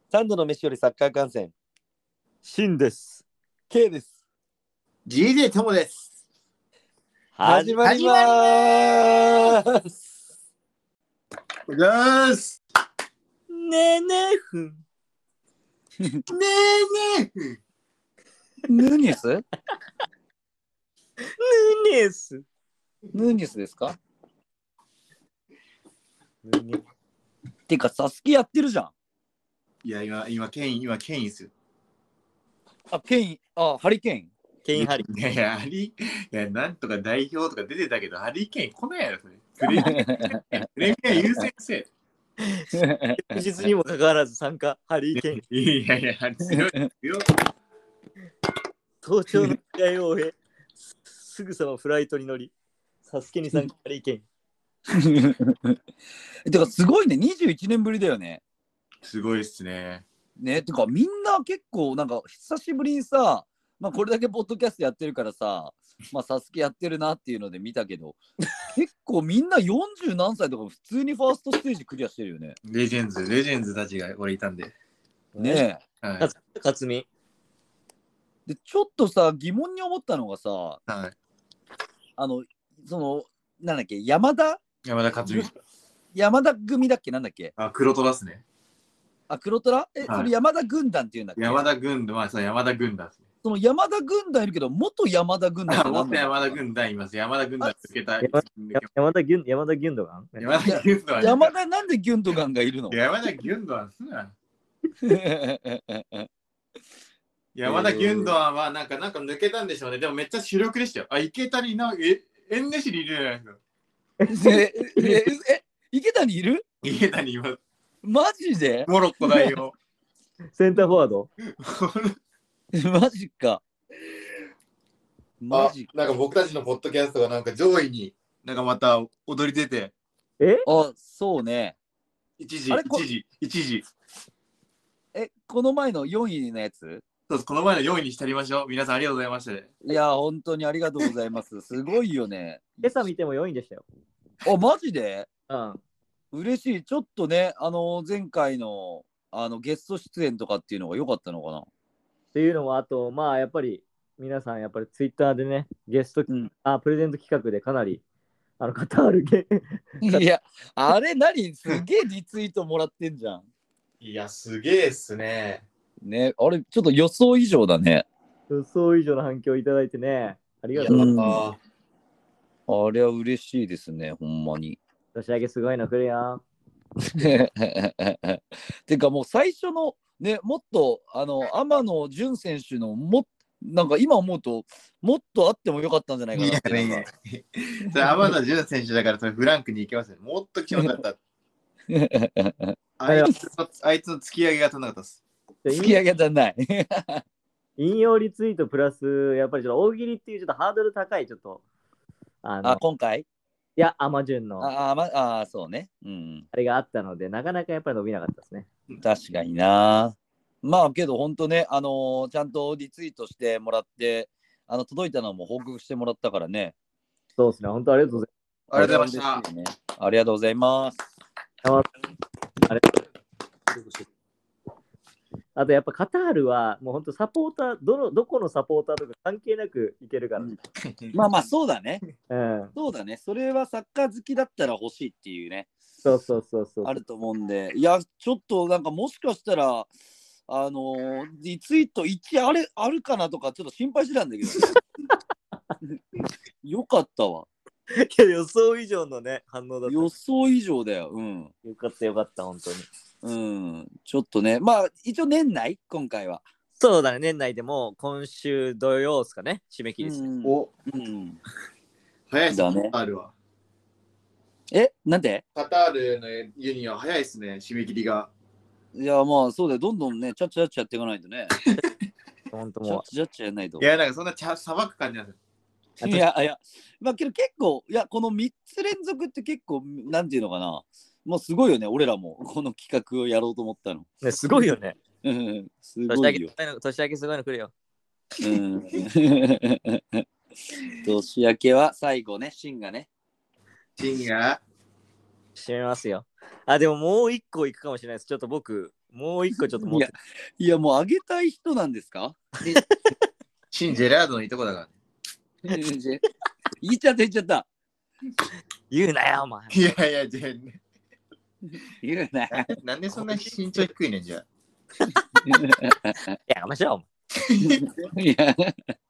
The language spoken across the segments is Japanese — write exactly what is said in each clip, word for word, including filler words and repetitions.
三度の飯よりサッカー観戦。 シンです。 K です。 ジージェー ともです。 始まりまーす。 おはようございます。 ねえねえふん。 ねえねえ。 ヌーニュスヌーネス。 ヌーニュスですか？ ヌーネてかサスケやってるじゃん。 いや、今、今、ケイン、今、ケインですよ。 あ、ケイン、あ、ハリケーン。 ケインハリ。 いやいや、ハリ、いや、なんとか代表とか出てたけど、ハリケーン来ないやろ、それ。プレミア、プレミア優先生。 翌日にもかかわらず参加、ハリーケイン。 いやいや、強い、強い。 早朝の試合を終え、すぐさまフライトに乗り、サスケに参加、ハリーケイン。 てかすごいね、にじゅういちねんぶりだよね。 すごいっすね。 ね、てかみんな結構なんか久しぶりにさ、まあこれだけポッドキャストやってるからさ、まあサスケやってるなっていうので見たけど、結構みんなよんじゅう何歳とか普通にファーストステージクリアしてるよね。 レジェンズ、レジェンズたちが俺いたんで。 ねえ。 はい。 かつ勝美。 でちょっとさ疑問に思ったのがさ、 はい、 あのそのなんだっけ山田山田勝美。 山田組だっけなんだっけ？ あ、黒虎っすね。 あ、黒虎？え、 はいそれ山田軍団っていうんだっけ？ 山田軍団、まあ、そう、山田軍団っすね。 その山田軍団いるけど、元山田軍団ってあ、 何元山田軍団います。山田軍団抜けた。 山山田ギュン、山田ギュンドガン山田軍団。 山田なんでギュンドガンがいるの？ 山田軍団すな。山田軍団はなんかなんか抜けたんでしょうね。でもめっちゃ主力でしたよ。あ、池谷な、え、エンネシリいるじゃないですか。 え、え、え、池谷いる？ 池谷います。 マジで？ モロッコ代表。 センターフォワード。 マジか。マジか。 なんか僕たちのポッドキャストがなんか上位になんかまた踊り出て。 えあ、そうね。 一時、 あれこ一時、一時。 え、この前のよんいのやつ？ そうです。この前のよんいにしてやりましょう。皆さんありがとうございました、ね。 いや、本当にありがとうございます。すごいよね。 今朝見てもよんいでしたよ。 あ、マジで？ うん。 嬉しい。ちょっとね、あの前回のあのゲスト出演とかっていうのが良かったのかな。 っていうのも、あと、まあ、やっぱり、皆さん、やっぱりツイッターでね、ゲスト、 うん、 あ、プレゼント企画でかなり、あの、カタールゲいや、あれ何すげえリツイートもらってんじゃん。 いや、すげえっすね。 ね、あれちょっと予想以上だね。 予想以上の反響いただいてね、ありがとう。 うんあれは嬉しいですね、ほんまに。 年明けすごいの来るよ。 てかもう最初のね、もっとあの天野純選手のもなんか今思うともっとあってもよかったんじゃないかなって。 いやいやそれ天野純選手だからそれフランクに行けますね。もっと来てほしかった。あいつのあいつの突き上げが足んなかったです。 突き上げたない。 引用リツイートプラス、やっぱりちょっと大喜利っていうちょっとハードル高い、ちょっと。あのあ、今回いや、アマジュンのああ、まあ、そうね。うん。 あれがあったので、なかなかやっぱり伸びなかったですね。 確かにな。まあけど本当ね、あのー、ちゃんとリツイートしてもらって、あの届いたのも報告してもらったからね。 そうですね、本当ありがとうございありがとうございました。 ね、ありがとうございます。 ます。あれあとやっぱカタールはもう本当サポーター、どのどこのサポーターとか関係なくいけるから。うん、 まあまあそうだね。 うん。 そうだね。それはサッカー好きだったら欲しいっていうね。 そうそうそうそう。 あると思うんで、いや、ちょっとなんかもしかしたら、あのー、リツイートいちあれあるかなとかちょっと心配してたんだけど、ね、よかったわ。 いや予想以上のね反応だった。 予想以上だよ。うん。 よかったよかった本当に。 うん。ちょっとね、まあ一応年内今回は。 そうだね、年内でも今週土曜ですかね、締め切りですね。 うん、 お、 うん、 早いっすね。 だね。 カタールは。 え、なんで？ カタールのユニは早いっすね、締め切りが。 いや、まあそうだよ。どんどんね、ちゃっちゃっちゃやっていかないとね。 本当もちゃっちゃっちゃやらないと。 いや、なんかそんなちゃさばく感じなんですいやいや、まあけど結構、いや、このみっつ連続って結構、なんていうのかな。もうすごいよね、俺らもこの企画をやろうと思ったの。 ね、すごいよね。 うん、すごいよ。 年明けすごいの来るよ。 うん。年明けは最後ね、シンがね。 シンが締めますよ。あ、でももう一個行くかもしれないです。ちょっと僕、 もう一個ちょっと持って。 いや、もうあげたい人なんですか？ シン・ジェラードのいとこだから。 言っちゃった言っちゃった。 言うなよ、お前。 いやいや、じゃ言うな。 あ、なんでそんな身長低いねんじゃあ。 やかましょう、お前。 いや。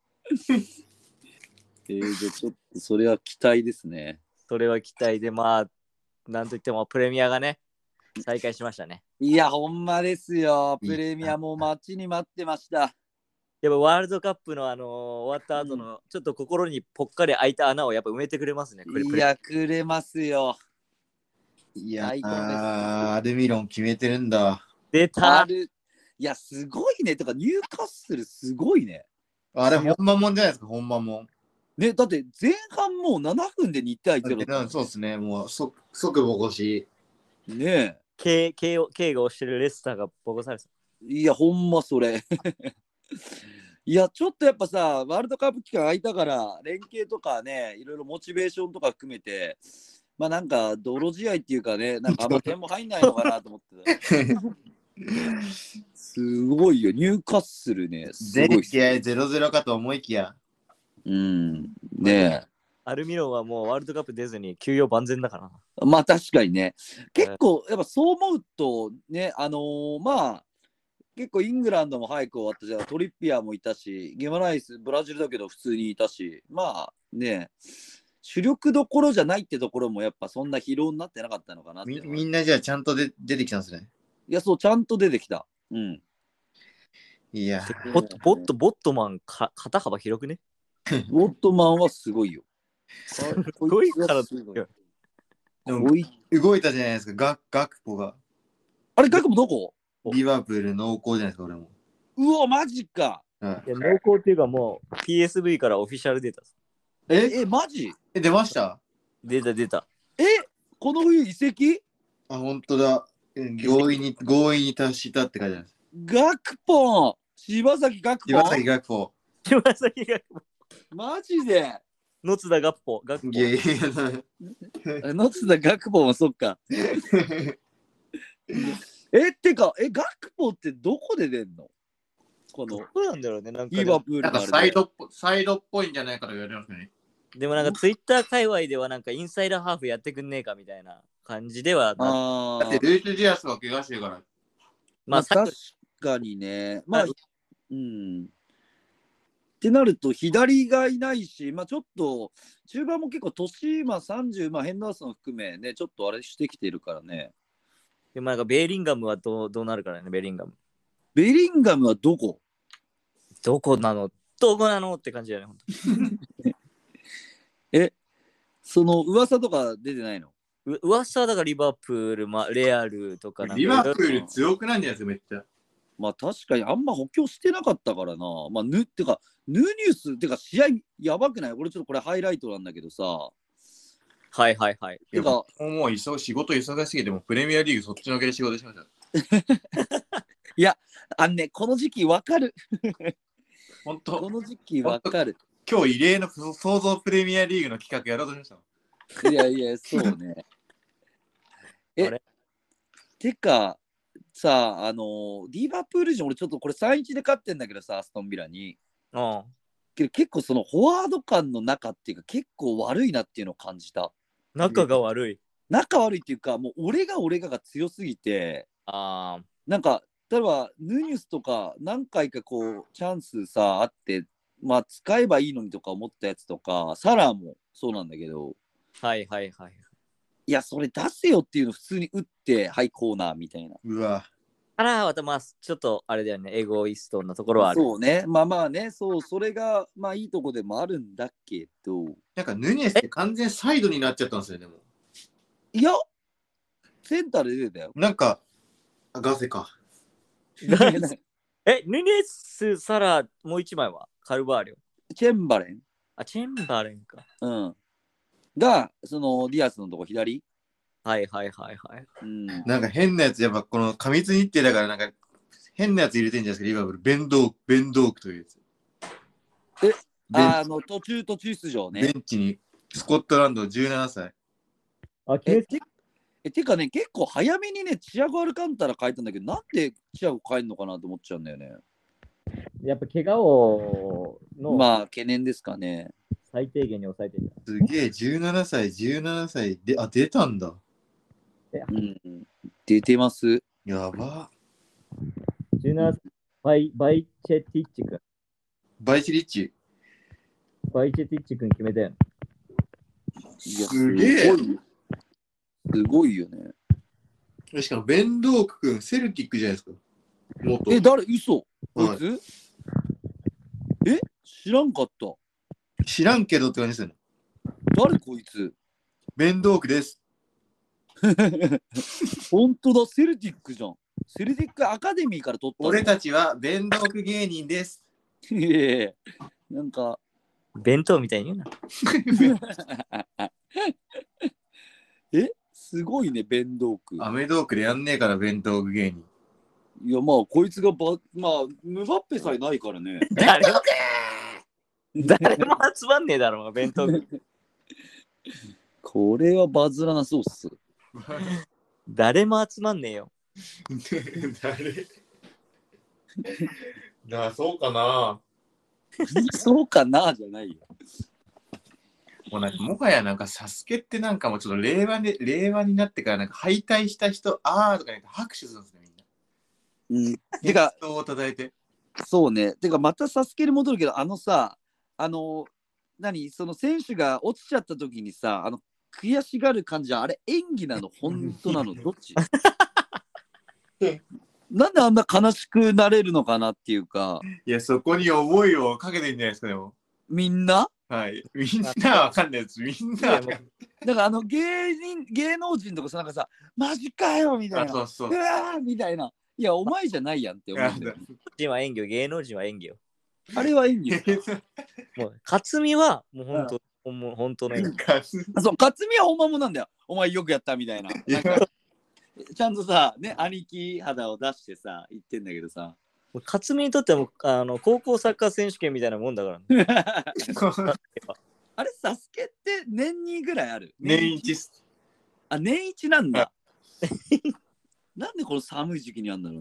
えー、じゃあちょっとそれは期待ですね。 それは期待で、まあ、なんといってもプレミアがね、再開しましたね。 いや、ほんまですよ。プレミアも待ちに待ってました。 やっぱワールドカップの、あのー終わった後の、ちょっと心にぽっかり開いた穴をやっぱ埋めてくれますね。これいや、くれますよ。 いや最高ですー、アルミロン決めてるんだ。 出た。 ある。いや、すごいね。とか、ニューカッスルすごいね。 あれ、本間もんじゃないですか、本間もん。 ね、だって前半もうななふんでにたいゼロ。 そうですね、もう即即ボコし。 ね K, K, を K が押してるレスターがボコされてた。 いや、ほんまそれ。いや、ちょっとやっぱさ、ワールドカップ期間空いたから、連携とかね、いろいろモチベーションとか含めて、まあなんか、泥試合っていうかね、なんかあんま点も入んないのかなと思ってた。すごいよ、ニューカッスルね。すごい全っす試合ゼロゼロかと思いきや。 うん。ねアルミロンはもうワールドカップ出ずに休養万全だからな。 え。まあ確かにね。結構、やっぱそう思うと、ね、あのーまあ、結構イングランドも早く終わったじゃん。トリッピアーもいたし、ゲマライス、ブラジルだけど普通にいたし、まあね、主力どころじゃないってところもやっぱそんな疲労になってなかったのかなっていうのは。 みみんなじゃあちゃんとで出てきたんですね。 いや、そう、ちゃんと出てきた。うん。 いや、 ボット、ボット、ボットマンか、肩幅広くね。 ウォットマンはすごいよ。すすごいからすごい。 でもこい動いたじゃないですか、ガガクポが。 あれ、ガクもどこ？ リバプール濃厚じゃないですか、俺も。 うわ、マジか。 はいいや濃厚っていうかもう ピーエスブイ からオフィシャルデータ。 ええ、マジ？ え、出ました？ 出た出た。 え、この冬移籍？ あ、本当だ。うん強引に、強引に達したって書いてあるんです。 ガクポン柴崎ガクポン岩崎ガクポ。 柴崎がマジで野津田ガッポ、ガッポい。やいやい野津田ガクポンはそっか。え、ってか、え、ガクポってどこで出んの？このそうなんだろうね。なんかね、 リバプールなんかのあれでサイドっぽサイドっぽいんじゃないかと言われますね。 でもなんかツイッター界隈ではなんかインサイドハーフやってくんねえかみたいな感じではな。 あーだってルイス・ジアスが怪我してるから。 ままああさっ確かにね。まあ、 はいうん。ってなると左がいないし、まあちょっと中盤も結構年、まあさんじゅう、まあヘンダーソン含めね、ちょっとあれしてきてるからね。 でもなんかベーリンガムはどうどうなるからね、ベーリンガム。 ベリンガムはどこ？ どこなのどこなのって感じだよね、本え、その噂とか出てないの？ 当。う噂はだからリバプール、まあ、レアルとかなんかリバプール強くなんじゃないですか、めっちゃ。 まあ確かにあんま補強してなかったからな。まあぬってか、ヌニュースってか試合やばくない？俺ちょっとこれハイライトなんだけどさ。 はいはいはい。 てか、 もうもう忙仕事忙しすぎて、もうプレミアリーグそっちのけで仕事しました。 いや、あのね、この時期わかる。 本こ当、 の時期わかる。 今日異例の創造プレミアリーグの企画やろうとしました。 いやいや、そうね。えあれ、 てか、さあ、あのリバプール人、俺ちょっとこれさんいちで勝ってんだけどさ、アストンビラに。 うん。 けど結構そのフォワード間の中っていうか、結構悪いなっていうのを感じた。 仲が悪い。 仲悪いっていうか、もう俺が俺がが強すぎて、 ああ。 なんか、例えばヌニュスとか何回かこうチャンスさあって、まあ使えばいいのにとか思ったやつとか、サラーもそうなんだけど、 はいはいはい。 いや、それ出せよっていうの普通に打って、はい、コーナーみたいな。 うわ。 あら、またまあ、ちょっとあれだよね、エゴイストなところはある。 そうね、まあまあね、そう、それがまあいいとこでもあるんだけど、 なんかヌニエスって完全サイドになっちゃったんですよね、でも。 いや、センターで出てたよ。 なんか、あガセか。 え、ヌネス、サラ、もう一枚はカルバーリョ。 チェンバレン、 あ、チェンバレンか。 うん、が、そのディアスのとこ左、 はいはいはいはい。 うん、 なんか変なやつ、やっぱこの過密日程だから、なんか変なやつ入れてんじゃないですか、リバプール。ベンドーク、ベンドークというやつ。 えベンあの途中途中出場ベね。 ンチにスコットランドじゅうななさい。 あ、 えてえ、てかね、結構早めにね、チアゴ・アルカンタラ変えたんだけど、なんでチアゴ変えるのかなと思っちゃうんだよね。 やっぱ怪我をのまあ、懸念ですかね。 最低限に抑えてる。 すげえ、じゅうななさい、じゅうななさいで、あ、出たんだ。 うん。出てます。 やば。 じゅうななさい、バイバイチェティッチ君。 バイチリッチ。 バイチェティッチ君決めたよね。 いや、 すげえすごい。すごいよね。 しかも、ベンドーク君、セルティックじゃないですか。元え、誰嘘こはいいつ、え知らんかった。 知らんけどって感じですよね。 誰こいつベンドークです。 本当だ、セルティックじゃん。セルティックアカデミーから取ったの。 俺たちはベンドーク芸人です。 いやいやなんか、 弁当みたいに言うな。 えすごいね、ベンドーク。 アメドークでやんねえから、ベンドーク芸人。 いや、まあ、こいつがば、まあ、ムバッペさえないからね。 誰も誰も集まんねえだろ、弁当。 これはバズらなそうっす。 誰も集まんねえよ。 誰なあ、そうかな。 そうかなじゃないよ。 もうなんかもはやなんかサスケってなんかもうちょっと令和で令和になってからなんか敗退した人あーとかなんか拍手するんですねみんな。 うん、てか、 人を叩いて。 そうね。てか、またサスケに戻るけど、あのさ、あの、何その選手が落ちちゃった時にさ、あの、悔しがる感じは、あれ演技なの本当なのどっちなんであんな悲しくなれるのかなっていうか、 いやそこに思いをかけてんじゃないですかでも。 みんなはい。みんなはわかんないです。みんなはわかんない。 だからあの芸人、芸能人とかさ、なんかさ、マジかよみたいあ、 な。 そうそうう。わーみたいな。いや、お前じゃないやんって思うんだよね。 人は演技よ、芸能人は演技よ。 あれは演技よ。 もう、克実はもう本当、ほんも本当の演技。 かすあそう、克実は本物なんだよ。お前よくやったみたいな。なんかちゃんとさ、ね、兄貴肌を出してさ、言ってんだけどさ。 もう克実にとってはもうあの高校サッカー選手権みたいなもんだからね。 あれ、サスケって年にぐらいある年一っす。 あ、年一なんだ。なんでこの寒い時期にあるんだろう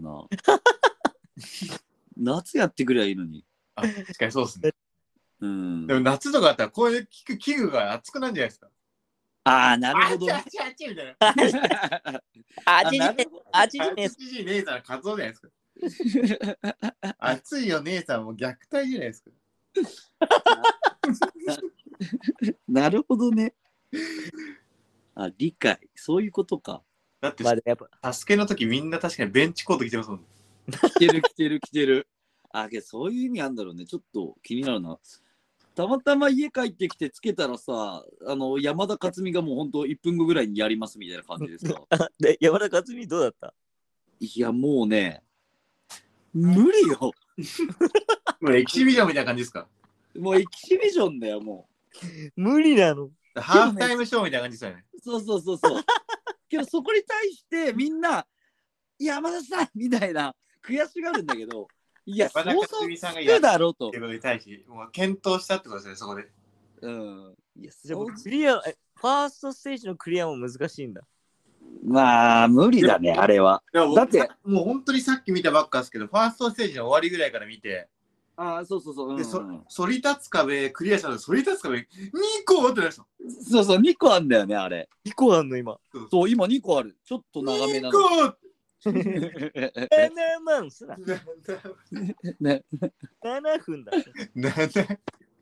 な。夏やってくればいいのに。 あ、確かにそうっすね。 うんで。も夏とかあったらこういう器具器具が熱くなるんじゃないですか。 ああ、なるほど。 あっちあっちあっちみたいな。 あちじねなるほどあちじねあっちじ姉さんカツオじゃないですか。熱いよ姉さんも虐待じゃないですか。 なるほどね。あ、理解。そういうことか。 だって、 まあやっぱサスケの時みんな確かにベンチコート着てますもんね。 来てる来てる来てる。あ、けどそういう意味あるんだろうね。ちょっと気になるな。たまたま家帰ってきてつけたらさ、あの山田勝美がもうほんといっぷんごぐらいにやりますみたいな感じですか。 で山田勝美どうだった？ いや、もうね、無理よ。 もうエキシビジョンみたいな感じですか。 もうエキシビジョンだよ、も無理なの。 ハーフタイムショーみたいな感じですよね。 う。そうそうそうそう。けどそこに対してみんな、山田さんみたいな悔しがるんだけど、いや、想像山田勝美さんがつやっくだろうとて。いうことに対し、もう検討したってことですね、そこで。 うん。いや、 じゃあもうそうクリア、えファーストステージのクリアも難しいんだ。 まあ、無理だね、あれは。 でもだって、 もう本当にさっき見たばっかですけど、ファーストステージの終わりぐらいから見て、 あそうそうそう。うんでそ反り立つ壁クリアしたの、反り立つ壁にこってなりました。 そうそう、にこあんだよね、あれ。 にこあんの今。 そう、今にこある。ちょっと長めなにの。 こななまんすな。 ね、 ななふんだ。 なんだ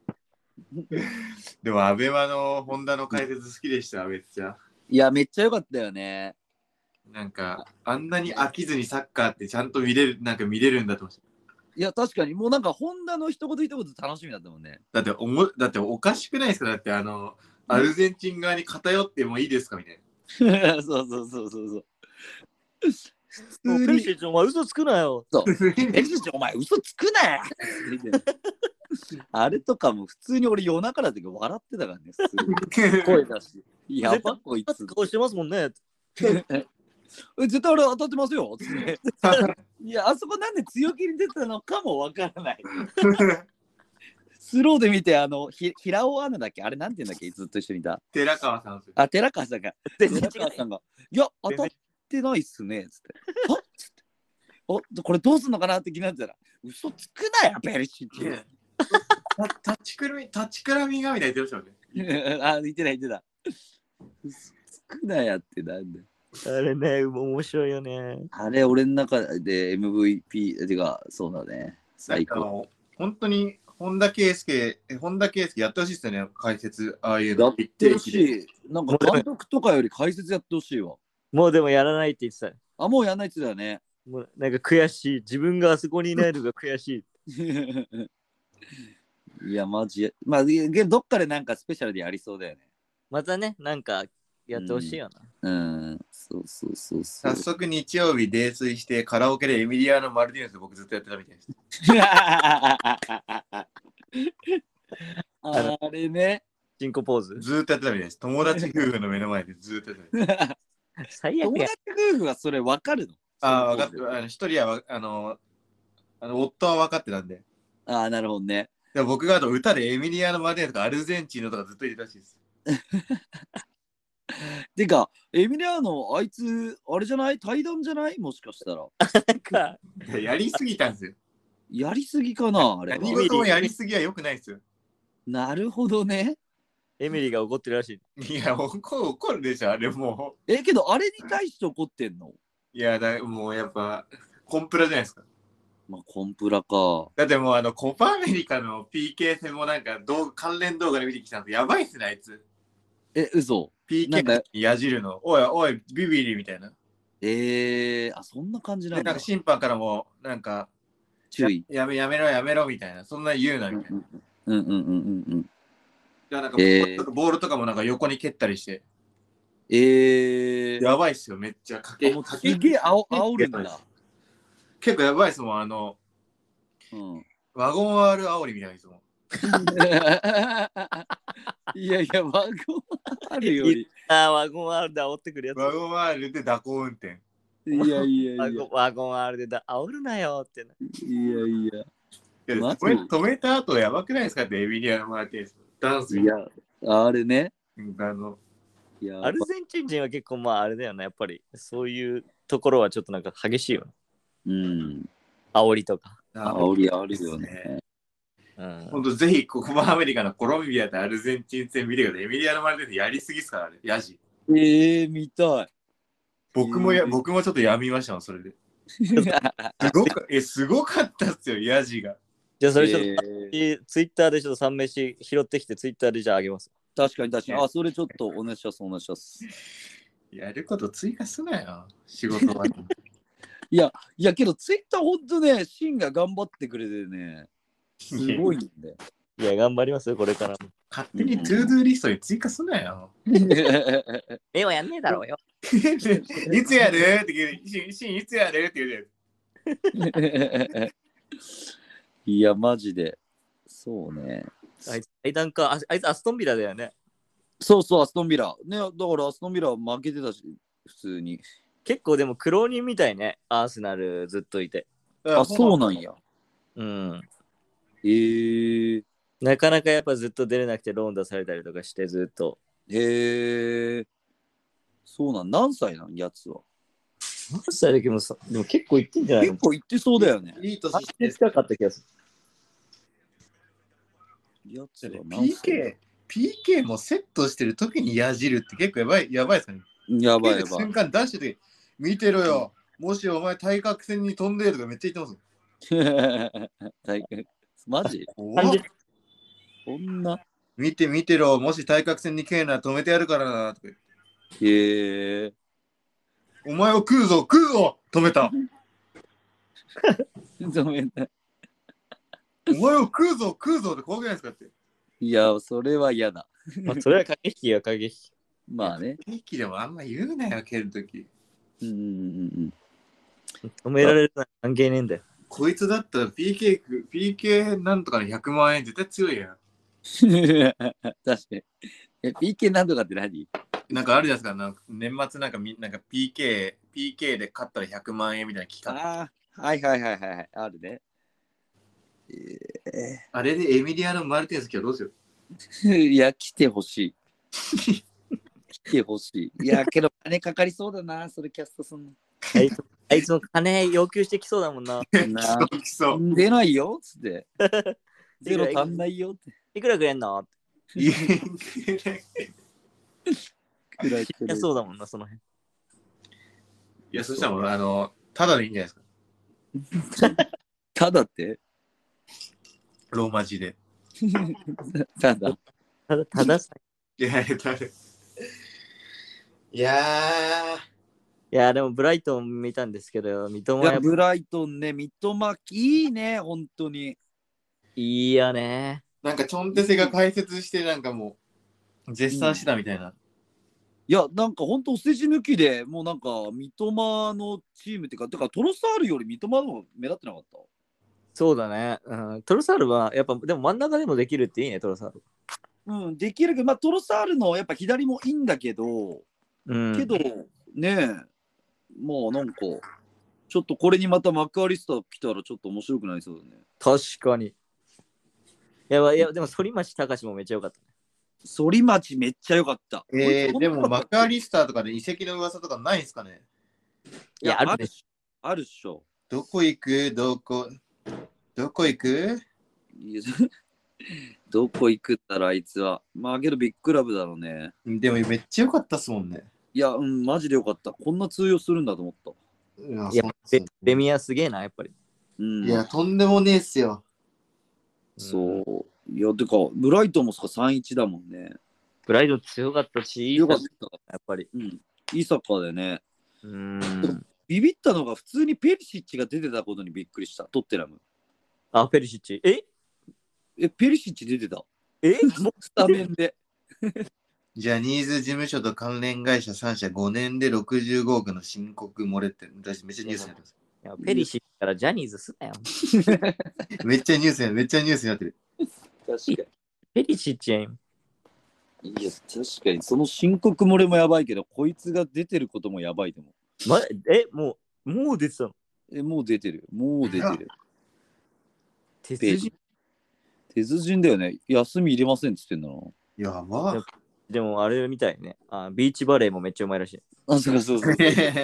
でも、アベマのホンダの解説好きでした、めっちゃ。 いや、めっちゃ良かったよね。 なんか、あんなに飽きずにサッカーってちゃんと見れる、なんか見れるんだと思って。 いや、確かに、もうなんか、ホンダの一言一言楽しみだったもんね。 だっておも、だっておかしくないですか。だってあの、アルゼンチン側に偏ってもいいですかみたいな。 そうそうそうそうそう。 もう普通に、 ペリシッチお前嘘つくなよ。 そう。え、お前、嘘つくなよあれとかも普通に俺夜中だったけど笑ってたからね。すごい声出し。やばこいつ。 顔してますもんね。 え絶対俺当たってますよ。つっていや、あそこなんで強気に出たのかもわからない。 スローで見て、あの、ひ平尾アナだっけあれなんて言うんだっけずっと一緒にいた。 寺川さんですよ。 あ、寺川さんが。 全然寺川さんが。いや、当たってないっすね。つって。はっつって。お、これどうすんのかなって気になってたら、嘘つくなよ、ペリシッチ。 た立ちくるみ、立ちくらみがみたいな言ってましたよね。 あ、言ってた言ってた。嘘つくなやってなんだよ。 あれね、面白いよね。 あれ、俺の中で エムブイピー、てか、そうだね。最高。 なんかもう本当に本田圭佑、本田圭佑やってほしいですよね、解説、ああいうの。 やってほしい。なんか監督とかより解説やってほしいわ。 もうでもやらないって言ってた。 あ、もうやんないって言ってたよね。 もうなんか悔しい。自分があそこにいないのが悔しい。 いや、マジ。まあ、いやどっかでなんかスペシャルでやりそうだよね。 またね、なんかやってほしいよな。 うん、そうそうそうそう早。速日曜日泥酔してカラオケでエミリアーノ・マルティネス僕ずっとやってたみたいです。 あれね。 チンコポーズ。 ずっとやってたみたいです。友達夫婦の目の前でずっとやってたみたいです。 最悪や。 友達夫婦はそれ分かるのああ、分かってる。あの一人はわあの、あの夫は分かってたんで。 ああ、なるほどね。 でも僕があと歌でエミリアーノ・マルティネスとかアルゼンチンのとかずっと言ってたらしいです。 てか、エミリアーノ、あいつ、あれじゃない対談じゃないもしかしたら。 なんか、 やりすぎたんですよ。 やりすぎかなあれは。 何事もやりすぎは良くないですよ。 なるほどね。 エミリーが怒ってるらしい。 いや、怒る怒るでしょ、あれもえ、けど、あれに対して怒ってんのう。いや、だもうやっぱ、コンプラじゃないですか。 まあ、コンプラか。 だってもうあの、コパアメリカの ピーケー 戦もなんか動画関連動画で見てきたんで、やばいっすね、あいつ。 え、嘘。なんピーケーかの矢印の、おいおい、ビビリみたいな。 えー、あ、そんな感じなで、 んだなんか。審判からも、なんか、 注意。 やめやめろやめろみたいな、そんな言うなみたいな。 うんうんうんうんうん。 でなんかボールとか、ボールとかもなんか横に蹴ったりして、 えー、 やばいっすよ、めっちゃ。かけあもうすげえあお煽るんだ。 結構やばいっすもん、あの、 うん、 ワゴン R 煽りみたいですもん。 いやいや、ワゴンあるより。 あー、ワゴン R で煽ってくるやつ。 ワゴン R で蛇行運転。 いやいやいや。いワゴンワゴン R でだ煽るなよってな。 やいや。 いやマジ止め止めた後やばくないですかってエミリアのマーティネス。ダンスいや、あれね。 うんあのいやアルゼンチン人は結構まああれだよね、やっぱりそういうところはちょっとなんか激しいよね。 うん。 煽りとか。 煽りあるよね。 うん、 本当ぜひコパアメリカのコロンビアとアルゼンチン戦見てください。エミリアのマーティネスやりすぎっすからね、ヤジ。 えー、見たい。 僕もや、 えー僕もちょっとやみましたもん、それで。すごかえすごかったっすよ、ヤジが。 じゃあそれちょっと、 えツイッターでちょっと三名詞拾ってきてツイッターでじゃああげます。 確かに確かに。あ、それちょっとお願いします、お願いします。 やること追加すなよ、仕事は。 いや、いやけどツイッターほんとね、シンが頑張ってくれてね、すごいんだよ。 いや、頑張りますよ、これからも。 勝手にトゥードゥーリストに追加すなよ。 えはやんねえだろうよ。 いつやるって聞いて、シンシンいつやるって言うて。 いや、マジで。そうね。 あいつ、対談か。ああいつアストンビラだよね。 そうそう、アストンビラ。ね、だからアストンビラは負けてたし、普通に。 結構でも苦労人みたいね、アーセナルずっといて。 あ、そうなんや。 うん。 えー、 なかなかやっぱずっと出れなくてローン出されたりとかしてずっと。 えー、そうなん、何歳なんやつは。 何歳だけどさ、でも結構いってんじゃないの結構行ってそうだよね。 いい年あして近かった気がすやつは何歳ピーケー、ピーケー もセットしてる時にやじるって結構やばい、やばいですね。 やばいやばい瞬。間出してて、見てろよ。もしお前対角線に飛んでるとかめっちゃ言ってマジる。 ますよ。 そんな。 見て見てろ。もし対角線に来えなら止めてやるからなとか言って。 へえお前を食うぞ食うぞ止めた。 ー。ごめんな。 お前を食うぞ食うぞって怖くないですかって。 いや、それは嫌だ。 まあ、それは過激よ、過激。 まあね。 平気でもあんま言うなよ、蹴るとき。 うんうんうん止められるのは関係ねえんだよ。 こいつだったら ピーケー、ピーケー なんとかのひゃくまん円絶対強いやん。 うん。確かに。え、ピーケー なんとかって何？ なんかあるじゃないですか、なんか年末なんかみなんか ピーケー、ピーケー で勝ったらひゃくまん円みたいな企画。 ああ、はいはいはいはい。あるね。えあれでエミリアノ・マルティネス今日どうする？ いや、来てほしい。来てほしい。いや、けど金かかりそうだな、それキャストすんの。 あいつあいつも金要求してきそうだもんな。 な来そう出ないよっつって。ゼロ足んないよって。 いくらくれんの？ いくらいいやそうだもんな、その辺。 や、そしたらもう、あの、ただでいいんじゃないですか。 ただってローマ字で。 ただ。 ただ、たださ。 いや、ただ。いやいや、でもブライトン見たんですけど、三笘いや、 やブライトンね、三笘いいね、本当に。 いいよね。 ー、なんかチョンテセが解説して、なんかもう、絶賛してたみたいな。 いや、なんか本当、お世辞抜きでもうなんか、三笘のチームっていうか、てかトロサールより三笘の方が目立ってなかったそうだね。うん、トロサールは、やっぱ、でも真ん中でもできるっていいね、トロサール。 うん、できるけど、まあ、トロサールのやっぱ左もいいんだけど、 うん、 けど、ねえ、まあなんか、ちょっとこれにまたマクアリスター来たらちょっと面白くなりそうだね。 確かに。いや、いやでも、反町隆史もめっちゃ良かったね。 反町めっちゃ良かった。 えー、 こいつでもマクアリスターとかで移籍の噂とかないんすかね？ いや、あるねあるっしょ。あるっしょ。 どこ行く？どこどこ行く？ いやどこ行くったらあいつは。まあけどビッグクラブだろうね。 でもめっちゃ良かったっすもんね。 いや、うん、マジでよかった。こんな通用するんだと思った。 いや、 いやそうベレミアすげえな、やっぱり。 うん、 いや、とんでもねえっすよ。 そう。いや、てか、ブライトンもさ、さんいちだもんね。 ブライトン強かったし、 よかった。 やっぱり。 うん。イサカでね。 うん。 ビビったのが普通にペリシッチが出てたことにびっくりした。トッテナム。 あ、ペリシッチ。ええ、ペリシッチ出てた。 えもうスタメンで。 ジャニーズ事務所と関連会社さん社ごねんでろくじゅうごおくの申告漏れって私めっちゃニュースになってます。 いやペリシッチからジャニーズすなよ。 めっちゃニュースになめっちゃニュースになってる。 確かペリシッチやん。 に。いや、確かに。その申告漏れもやばいけど、こいつが出てることもやばいと思う。 ま、え、もう、もう出てたの？ え、もう出てる。もう出てる。 鉄人。 鉄人だよね。休み入れませんっつってんだな。 やば。 でもあれみたいね。あ、ビーチバレーもめっちゃうまいらしい。 あ、そうそうそう。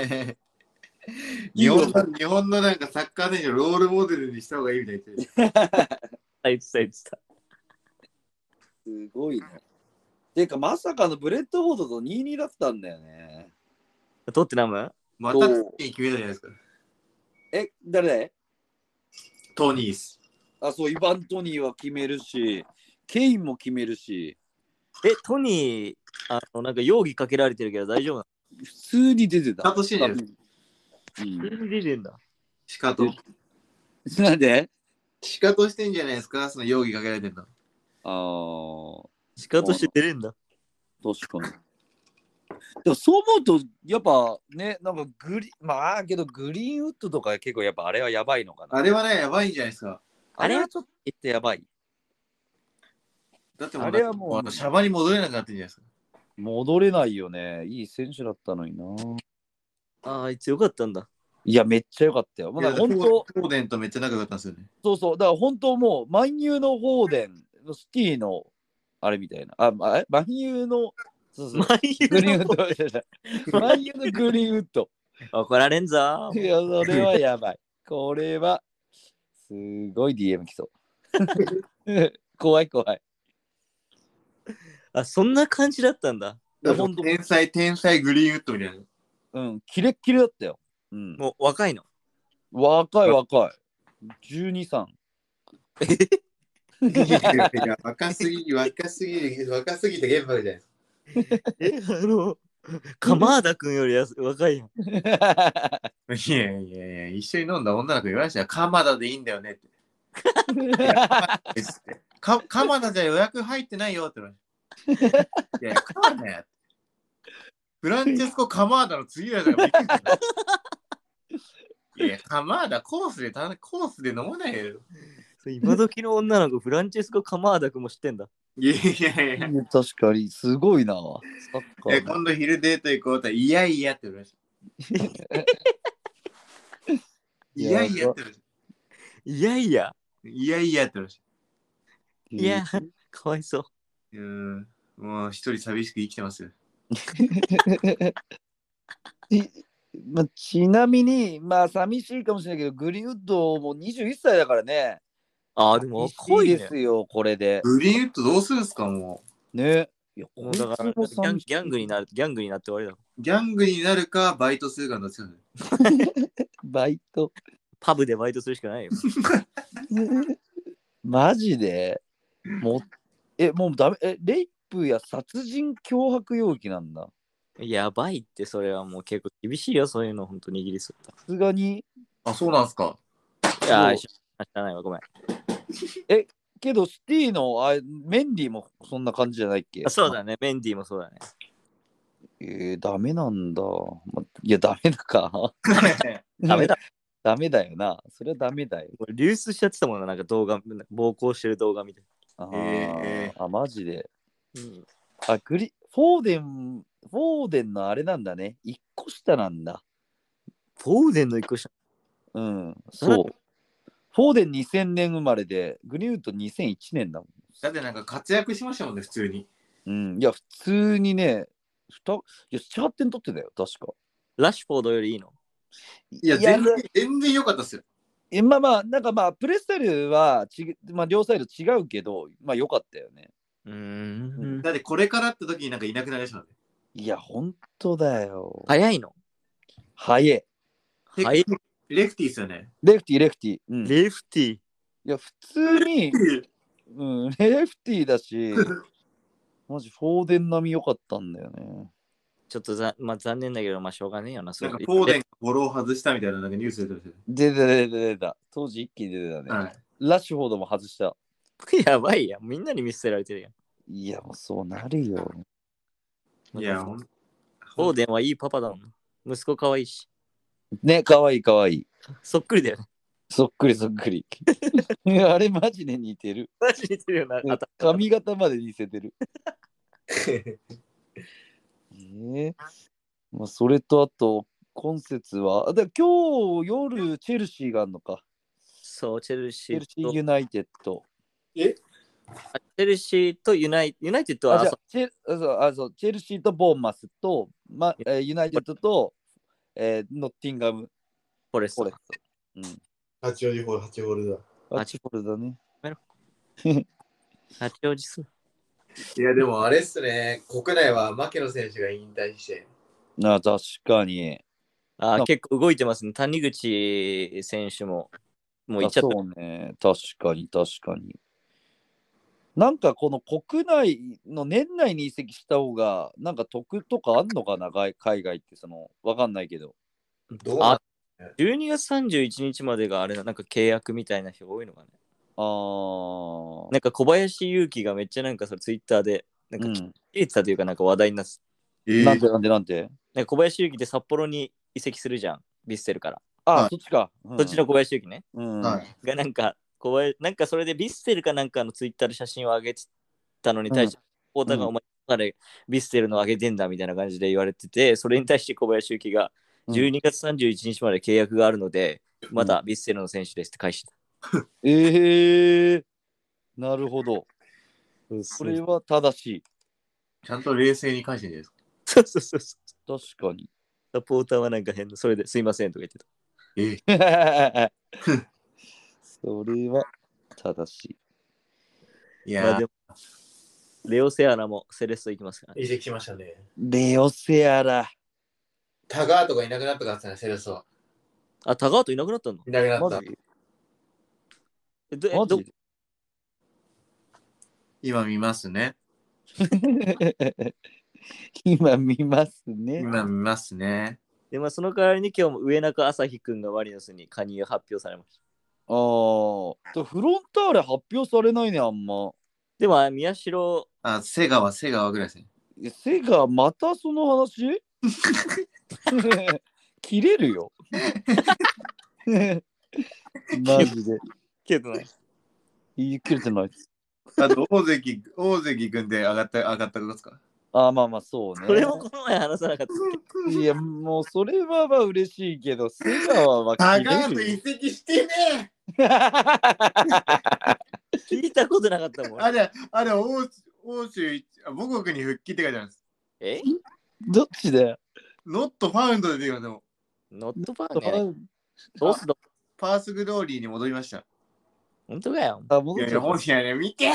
日本の日本のなんかサッカー選手をロールモデルにした方がいいみたいな。 あいつだ、あいつだ。 すごいね。てか、まさかのブレッドフォードとにたいにだったんだよね。 トッテナム？ また次に決めたじゃないですか。 え、誰？ トニース。 あ、そう、イヴァン・トニーは決めるし、ケインも決めるし、 え、トニー、あの、なんか容疑かけられてるけど大丈夫な普通に出てた。 シカトしてんじゃないですか。 うんの？普通に出てんだ。 シカト。 なんで？ シカトしてんじゃないですか、その容疑かけられてんの。 ああ、 シカとして出れんだ。 確かに。でもそう思うと、やっぱね、なんかグリまあけどグリーンウッドとか結構やっぱあれはやばいのかな。 あれはね、やばいんじゃないですか。 あれはちょっとやばい。 だってもうあれはもうあのシャバに戻れなくなってんじゃないですか。 戻れないよね。いい選手だったのにな。 ああ、あいつよかったんだ。 いや、めっちゃ良かったよ。まあ、本当、 フォーデンとめっちゃ仲良かったんですよね。 そうそう、だから本当もう、マンユーのフォーデン、シティの、あれみたいな。あ、ま、マンユーの、そうそう、 マンユグリーンウーのッド。マンユーのグリーンウッド。 怒られんぞ。 いや、それはやばい。これは、すごい ディーエム 来そう。怖い怖い。 あ、そんな感じだったんだ。 本当天才、天才グリーンウッドみたいな。 うん、キレッキレだったよ。うん、 もう若いの。 若い若い。じゅうに、さん。 いやいや若すぎ、若すぎ、若すぎて現場じゃないですか。 え、あの、鎌田君よりやす若いやん。 いやいやいや、一緒に飲んだ女の子言われましたよ。鎌田でいいんだよねって。いやか鎌田じゃ予約入ってないよって言われました。いや、鎌田や。フランチェスコ・鎌田の次だからびっくりした。いや、鎌田コースで、コースで飲まないよ。 今時の女の子、フランチェスコ・鎌田君も知ってんだ。 いやいやいや。 確かに、すごいな。サッカーえ今度昼デート行こうっていやいやって言われました。いやいやって言われました。 いやいや。 いやいやって言われましいや、かわいそう。 た。うん。もう一人寂しく生きてますよ。 いまあ、ちなみに、まあ、寂しいかもしれないけど、グリーンウッドもにじゅういっさいだからね。 ああ、でも寂しい濃いね。 ですよ、これで。 グリーンウッドどうするんすかもね。いや、こいつもうだからもギャン寂しいギャングになる、ギャングになって終わりだろ。 う。ギャングになるか、バイトするかのどっちかね。 バイト。 パブでバイトするしかないよ。 マジでもう、え、もうダメ、え、レイプや殺人脅迫容疑なんだ。 やばいって、それはもう結構厳しいよ、そういうの、本当にイギリスだっさすがに。 あ、そうなんすか。 たら。いやー、 そう知らないわ、ごめん。 けど、シティのあメンディーもそんな感じじゃないっけ？ あそうだね、メンディーもそうだね。 えー、ダメなんだ。ま、いや、ダメだか。 ダメだ。 ダメだよな。それはダメだよ。 もう流出しちゃってたもんな、なんか動画、暴行してる動画見て。 あー、 えあ、マジで。 うん、 あ、グリ、フォーデン、フォーデンのあれなんだね。一個下なんだ。 フォーデンの一個下。 うん、そう。フォーデンにせんねん生まれで、グリーンウッドにせんいちねんだもん。 だってなんか活躍しましたもんね、普通に。 うん、いや、普通にね、ふたいや、なな、はってん取ってたよ、確か。 ラッシュフォードよりいいの？ いや、全然、全然良かったっすよ。 えまあまあ、なんかまあ、プレースタイルはち、まあ、両サイド違うけど、まあ、良かったよね。 うーん。 だってこれからって時になんかいなくなりましたもんね。 いや、本当だよ。 早いの？ 早い。 早い。 レフティーっすよね。 レフティー、レフティー。うん、いレフティー。 や、普通に、うん、レフティーだし、マジ、フォーデン並み良かったんだよね。 ちょっとざ、まあ、残念だけど、まあ、しょうがねえよな。そなんうかフォーデンがボロを外したみたいななんかニュース出てましたよ出た出た出た。当時一気に出てたね。 はい。 ラッシュフォードも外した。 やばいやん。みんなに見捨てられてるやん。 いや、もうそうなるよ。 いや、ほんフォーデンはいいパパだもん。息子かわいいし。 ね、かわいいかわいい。 そっくりだよね。 そっくりそっくり。あれマジで似てる。 マジ似てるよな。あた髪型まで似せてる。えー、まあ、それとあと、今節は、あだ今日夜、チェルシーがあるのか。 そう、チェルチシーとェルシーユナイテッド。 えあチェルシーとユナイユナイテッドはあじゃああチェあそうあそうチェルシーとボーンマスと、まえーユナイテッドと、えーノッティンガム・フォレストフォレス。ト。うん。 八王子ホール、八ホールだ。 あっちこれだね。 八王子す。 いや、でもあれっすね、国内は牧野選手が引退して。 あ確かに。 あ結構動いてますね。谷口選手ももう行っちゃった。 そうね。確かに確かに。なんかこの国内の年内に移籍した方がなんか得とかあんのかな、海海外ってそのわかんないけど。 どうあじゅうにがつさんじゅういちにちまでがあれな、なんか契約みたいな人が多いのかね。 あー。 なんか小林勇輝がめっちゃなんかさ、ツイッターで、なんかうん、 切れてたというかなんか話題になってえーなんでなんでなんでなんか小林勇輝って札幌に移籍するじゃん、ビッセルから。 あ、 はいそっちか。うん、 そっちの小林勇輝ね。 うん。 はい。 がなんか、小林なんかそれでビッセルかなんかのツイッターで写真を上げてたのに対して、大田がお前からビッセルの上げてんだみたいな感じで言われてて、それに対して小林勇輝がじゅうにがつさんじゅういちにちまで契約があるので、まだビッセルの選手ですって返してた。 えー、なるほど。それは正しい。 ちゃんと冷静に返してんじゃないですか。 そうそうそう。 確かに。 サポーターはなんか変な、それですいませんとか言ってた。 えー、 それは正しい。 いやー、 まあでも、レオセアラもセレッソ行きますからね。 移籍しましたね。 レオセアラ。 タガーとかいなくなったからね、セレッソは。 あ、タガートいなくなったの？ いなくなった。 マジえどえどマジ今見ますね。 今見ますね。 今見ますね。 で、まあ、その代わりに今日も上中朝日くんがワリノスに加入発表されました。 ああ。フロンターレ発表されないね、あんま。 でも、宮代、 あ、瀬川、瀬川ぐらいですね。 えセガ、またその話切れるよ。マジで。 けどね。 言い切れてない。 あと、大関、大関君で上がった、上がったことですか？ ああ、まあまあ、そうね。 これもこの前話さなかったっけ？ いや、もうそれはまあ嬉しいけど、瀬川はタ切れるよ。 ガーと移籍してね聞いたことなかったもん。 あれ、あれ、欧欧州一あ母国に復帰って書いてあるんです。 えどっちだよ。 ノットファウンドで出てきます。でもノットパンね。どうすんパースグローリーに戻りました。 本当かよ。 あ、 いやいや、 戻っちゃっもしやね、見て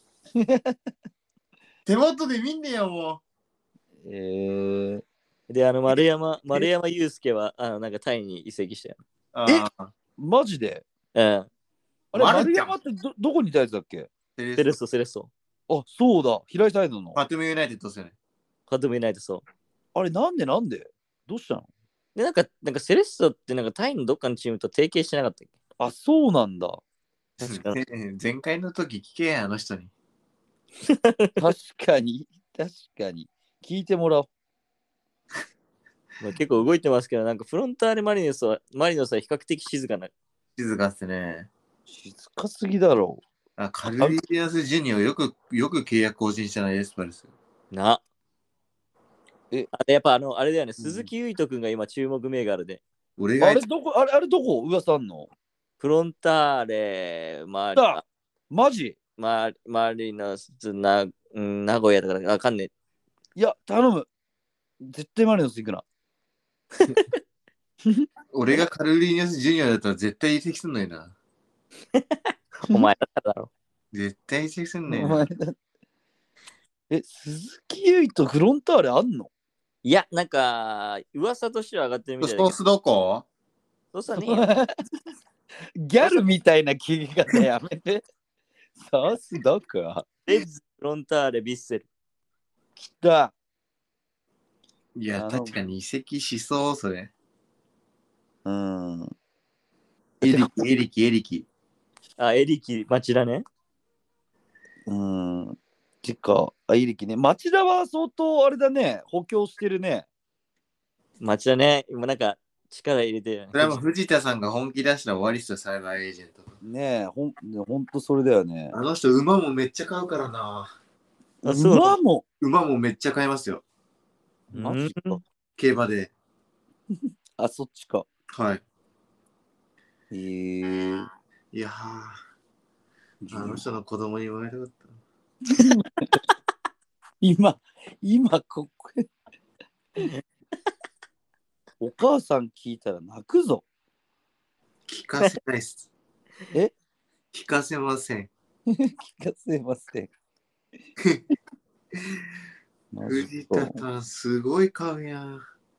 手元で見んねよ、もた。えー、 で、あの、丸山、丸山祐介は、あの、なんかタイに移籍したよ。 う。ああ、 マジでうん。 あれ、 マルちゃん丸山ってどどこにいたやつだっけ？ セセレッソ、セレッソ。 あ、そうだ。平井サイドの。 パトムユナイテッドですよね。 カドムユナイテッドそう。 あれ、なんでなんでどうしたの？ で、なんか、なんかセレッソってなんかタイのどっかのチームと提携してなかったっけ？ あ、そうなんだ。 確か前回の時聞けや、あの人に。 確かに、確かに。聞いてもらおう。 まあ、結構動いてますけど、なんかフロンターレマリノスは、マリノスは比較的静かな。 静かっすね。 静かすぎだろあ、カルリディアス・ジュニアよく、よく契約更新したな、エスパルス。 な。 えあれやっぱあの、あれだよね、鈴木唯人君が今注目銘柄で。 う。 俺があれ、どこ、あれ、あれどこ噂あんの？ フロンターレ、マリだマジママリノス、な、うん、名古屋だからわかんねいや、頼む。絶対マリノス行くな。 俺がカルリディアス・ジュニアだったら絶対移籍すんのよな。 え。お前だっただろ。 絶対移籍すんのよおな。 前だえ、鈴木唯とフロンターレあんの？ いや、なんか、噂としては上がってるみたいだけど、 ソースどこそうさねえよ。 ギャルみたいな切り方やめて。さすどこレッズ、フロンターレ、ビッセル。 来た。 いや、 あの確かに移籍しそう、それ。 うん。 エリキ、エリキ、エリキ。 あ、エリキ、町田ね。 うん。てか、あ、いりきね。町田は相当あれだね。補強してるね。 町田ね、今なんか力入れてるよね。 それはもう藤田さんが本気出したら終わりっすよ、サイバーエージェント。 ねえ、ほんほんとそれだよね。 あの人、馬もめっちゃ買うからな。 あそう馬も。 馬もめっちゃ買いますよ。 マジか。 競馬で。 あ、そっちか。 はい。 へえ。 いやー、あの人の子供に生まれたかった。 今、今、ここ。お母さん聞いたら泣くぞ。 聞かせないっす。 え聞かせません。 聞かせません。マジ藤か田さん、すごい買うやん。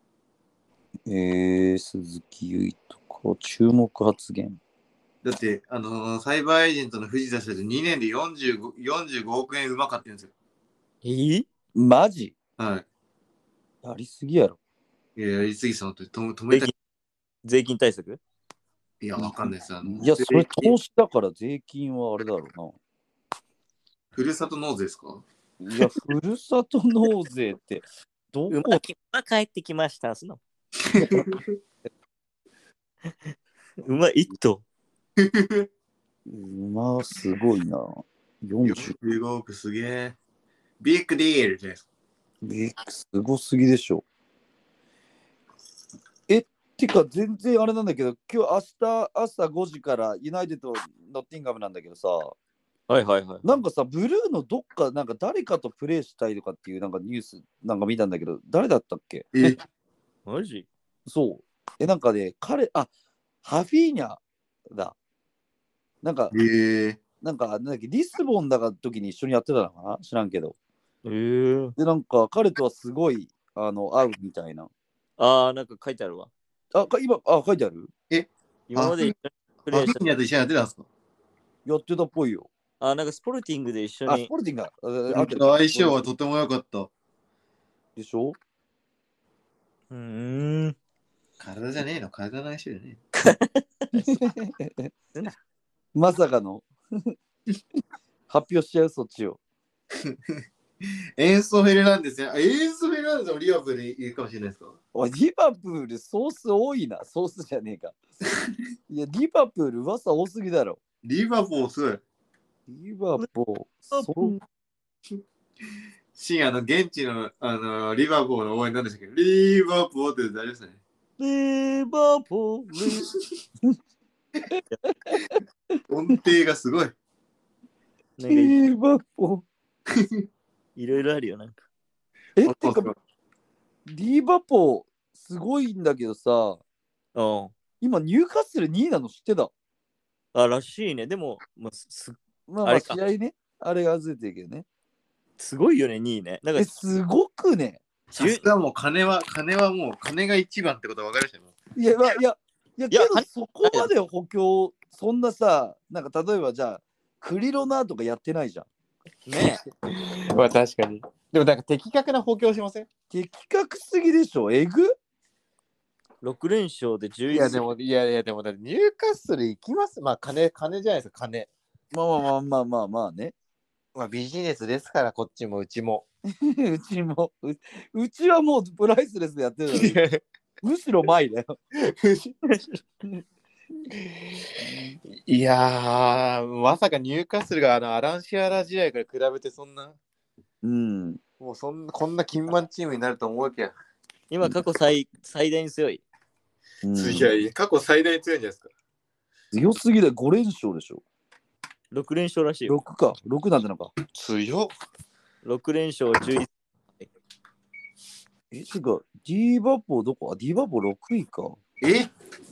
えー、鈴木唯とか、注目発言。 だって、あのー、サイバーエージェントの藤田社長にねんでよんじゅうご、よんじゅうごおく円馬買ってるんですよ。 えー、 マジはやりすぎやろ。 い。いや、やりすぎさんと止めたい。 税金対策いや、わかんないです。あのいや、それ投資だから税金はあれだろふるさと納税ですか？ うな。いや、ふるさと納税って、どこ馬き馬帰ってきました。すの馬一頭。 馬すごいな。よんじゅう。 よんじゅうごおくすげえ。ビッグディールじゃないですか。 え、すごすぎでしょ。え、てか全然あれなんだけど、今日明日朝ごじからユナイテッドノッティンガムなんだけどさ、 はいはいはい。 なんかさ、ブルーのどっか、なんか誰かとプレイしたいとかっていうなんかニュースなんか見たんだけど、誰だったっけ？ え、 マジそう。え、なんかね、彼、あ、ハフィーニャだ。なんか、 えー、 なんか、なんだっけ、リスボンだか時に一緒にやってたのかな知らんけど。 えー、 で、なんか、彼とはすごい、あの、合うみたいな。 あー、なんか書いてあるわ。 あ、か今、あ、書いてある？ 今まで一緒にプレイしたアフィニアと一緒にやってたんですか？ やってたっぽいよ。 あ、なんかスポルティングで一緒あ、スに。 ポルティングが。あ合ってる相性はとても良かった。 でしょ？ うーん。 体じゃねえの、体の相性じゃねまさかの発表しちゃう、そっちを。 え。エンソフェルなんですよ。エンソフェルなんですよ。リバプールいるかもしれないですか？ おい、リバプールソース多いな。ソースじゃねえか。いや、リバプール噂多すぎだろ。 リバプールすごい。 リバプール、そう深夜の現地の、あのリバプールの応援なんでしたっけ？リバプールって大丈夫ですね。 リバプール。 音程がすごい。 なんかディーバポ。 いろいろあるよ、なんか。 え、てか、ディーバポすごいんだけどさ、 うん。 今ニューカッスルにいなの知ってた？ あ、らしいね。でも、まあ、すまあまああれか試合ね。あれがずれてるけどね。 すごいよね、にいね。なんかえ、すごくね。 さすがもう金は、金はもう、金が一番ってことは分かるでしょ。 いや、まあ、いや、いや、けどはそこまで補強、そんなさ、なんか例えばじゃあ、クリロナとかやってないじゃん。 ね。 まあ確かに。でもなんか的確な補強しません？ 的確すぎでしょ、えぐ。 ろく連勝でじゅういちいやでも、いやいやでも、だってニューカッスル行きます。まあ金、金じゃないですか、金。 まあまあまあまあまあまあね。 まあビジネスですから、こっちもうちも。 うちもう、うちはもうプライスレスでやってるのに、むしろ前だよ。 いやー、まさかニューカッスルがあのアランシアラ時代から比べてそんな、 うん。 もうそんな、こんな金満チームになると思うわけや。 今過去最最大に強い。 うんいやいや、過去最大に強いんじゃないですか。 強すぎだよ、ご連勝でしょ。 ろく連勝らしいよ。 ろくか、ろくなんてのか。 強っ。 ろく連勝じゅういち。 え、てか、ディーバポどこ？あ、ディーバポろくいか。 え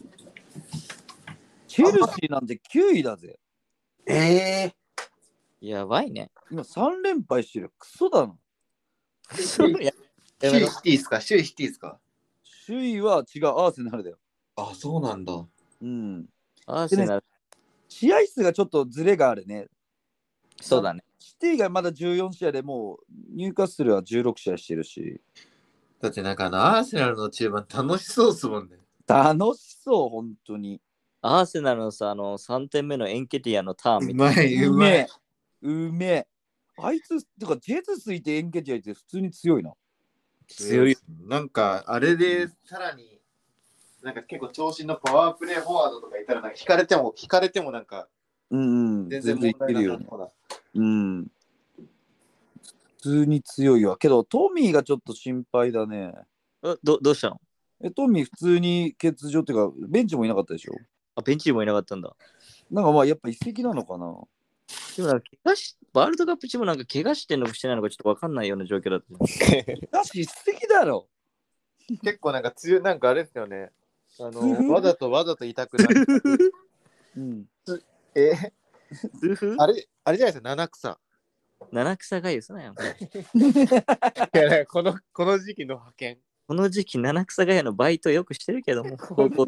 チェルシーなんてきゅういだぜ。 えやばいね。 今さん連敗してる。クソだな。 そうやー、 やめろ首位シティですか？首位シティですか？ 首位は違う、アーセナルだよ。 あ、そうなんだ。 うん。 アーセナル。 試合数がちょっとズレがあるね。 そうだね。 シティがまだじゅうよん試合でもう、ニューカッスルはじゅうろく試合してるし。 だってなんかあのアーセナルの中盤楽しそうっすもんね。 楽しそう、本当に。 アーセナルのさ、あのさんてんめのエンケティアのターンみたいまい、うまいうめえ。。うめえ。あいつ、てか、ジェズスいてエンケティアいて普通に強いな。 強い。 なんかあれでさらになんか結構長身のパワープレイフォワードとかいたらなんか引かれても引かれてもなんかうんうん。 全然全然い問題けるよね。 なさそうだ。 うん。普通に強いわ。けど、トミーがちょっと心配だね。 えどどうしたの？ え、トミー普通に欠場っていうか、ベンチもいなかったでしょ？ あ、ベンチにもいなかったんだ。 なんかまあ、やっぱ移籍なのかな。 でもなんか怪我し、ワールドカップチームなんか怪我してんのかしてないのかちょっとわかんないような状況だったじだし、移籍だろ。 結構なんか強いなんかあれですよね。あ痛風のわざとわざと痛くなる。 うん。 えゃん。痛風あれあれじゃないですか七草。 七草がゆすなよ。 いやなんかこのこの時期の派遣。 この時期七草がゆのバイトよくしてるけども、高校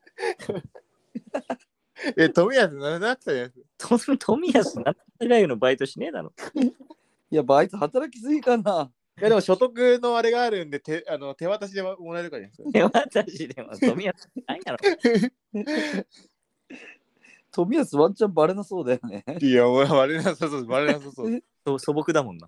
え富安七草じゃないですか。 と富安七草がゆのバイトしねえだろ。 いや、あいつ働きすぎかな。 いやでも所得のあれがあるんで手あの手渡しでもらえるからじゃないですか。 手渡しでも富安ないやろ。 富安ワンチャンバレなそうだよね。 いや俺割れなさそう割れなさそう。 そう素朴だもんな。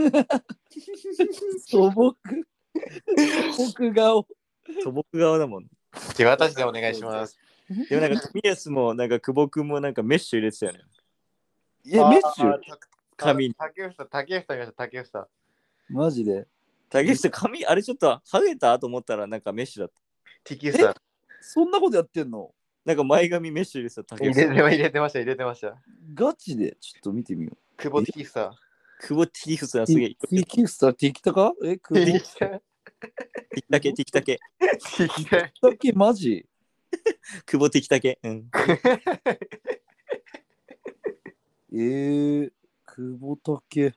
素朴。素朴顔。 素朴側だもん。 手渡しでお願いします。 でもなんか富安もなんか久保君もなんかメッシュ入れてたよね。 いや、メッシュあーた髪に竹下竹下が竹下。 マジで。 竹下髪あれちょっとハゲたと思ったらなんかメッシュだった。 テキスタそんなことやってんの？ なんか前髪メッシュ入れてた竹入れ下。 て入れてました入れてました。 ガチでちょっと見てみよう。 久保テキスタ。 久保ティフスはすげえ。 ティキスタティキタか？え、クボテキスタ。 ティキタケティキタケ。 テキスタ。 だけマジ？ 久保ティキタケ。うん。 えー、久保建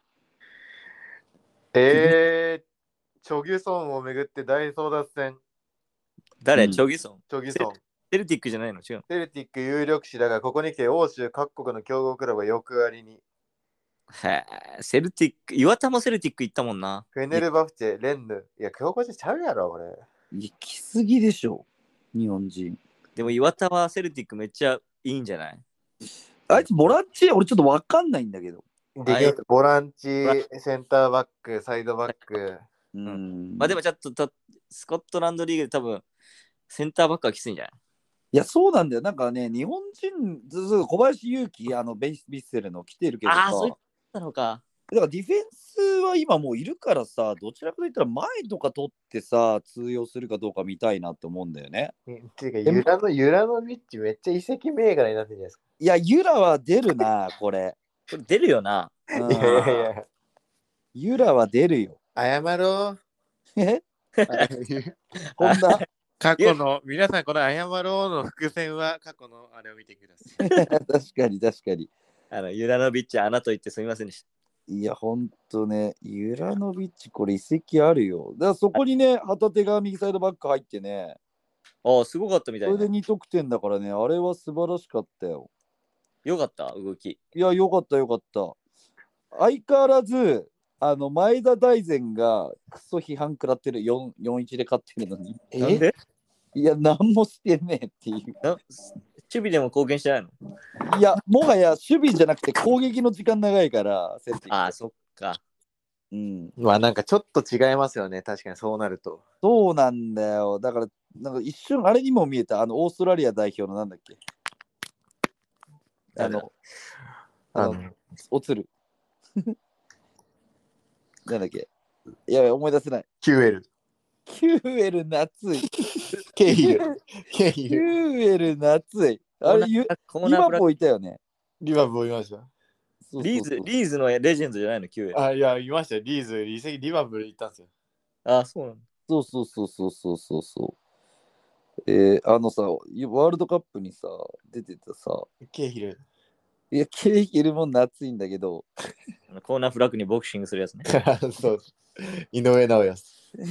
えー、チョギュソンをめぐって大争奪戦。 誰、 うんチョギソンチョギソン。 セルティックじゃないの違う。 セルティック有力視だが、ここに来て欧州各国の強豪クラブが欲ありに。 へえ、セルティック、岩田もセルティック行ったもんな。 フェネルバフチェ、レンヌ。いや、強豪じゃちゃうやろ、これ。 行きすぎでしょ、日本人。 でも岩田はセルティックめっちゃいいんじゃない？ あいつボランチ俺ちょっとわかんないんだけど。 できますボランチ、センターバック、サイドバック。 うん。 まあでもちょっととスコットランドリーグで多分センターバックはきついんじゃない？ いや、そうなんだよ。なんかね、日本人、ずず小林勇輝、あのベイスビッセルの来てるけどさ、 ああ、そういったのか。 だからディフェンスは今もういるからさ、どちらかといったら前とか取ってさ、通用するかどうか見たいなって思うんだよね。 ていうか、ユラの、ユラのビッチめっちゃ遺跡銘柄になってるじゃないですか。 いや、ユラは出るな、これ。 これ出るよな。 うんいやいやいや、 ユラは出るよ。 謝ろう。 えこんな過去の、皆さん、この謝ろうの伏線は過去のあれを見てください。 確かに確かに。 あのユラノビッチ穴と言ってすみませんでしいや、ほんとね、ユラノビッチ、これ遺跡あるよ。だからそこにね、旗手が右サイドバック入ってね、 た。ああ、すごかったみたいな。 それでに得点だからね、あれは素晴らしかったよ。 よかった動き。 いや、よかったよかった。相変わらず、あの前田大然がクソ批判食らってる よんたいいちで勝ってるのに。 なんでいや、何もしてねえっていう。 な守備でも貢献してないの？ いや、もはや守備じゃなくて攻撃の時間長いから、セルティックああ、そっか。 うん。 まあなんかちょっと違いますよね、確かにそうなると。 そうなんだよ。だから、なんか一瞬あれにも見えた、あのオーストラリア代表のなんだっけ。あの、あの、 あの、 おつる。なんだっけ。いや、思い出せない。 キューエル。 キューエル夏い。 ケイル。ケイキル。 ューエル夏い。あれ、ゆコーナーブラックリバポーいたよね。 リバブいました。 そうそうそうリーズ、リーズのレジェンドじゃないの？ キューエル。 あ、いや、いましたよ。リーズ、移籍リバブル行ったんですよ。 ああ、そうなの。 そうそうそうそうそうそうそう。えー、あのさ、ワールドカップにさ、出てたさ、 ケイル。 いや、ケーキルも夏いんだけど、 コーナーフラッグにボクシングするやつね。 そう。井上尚弥。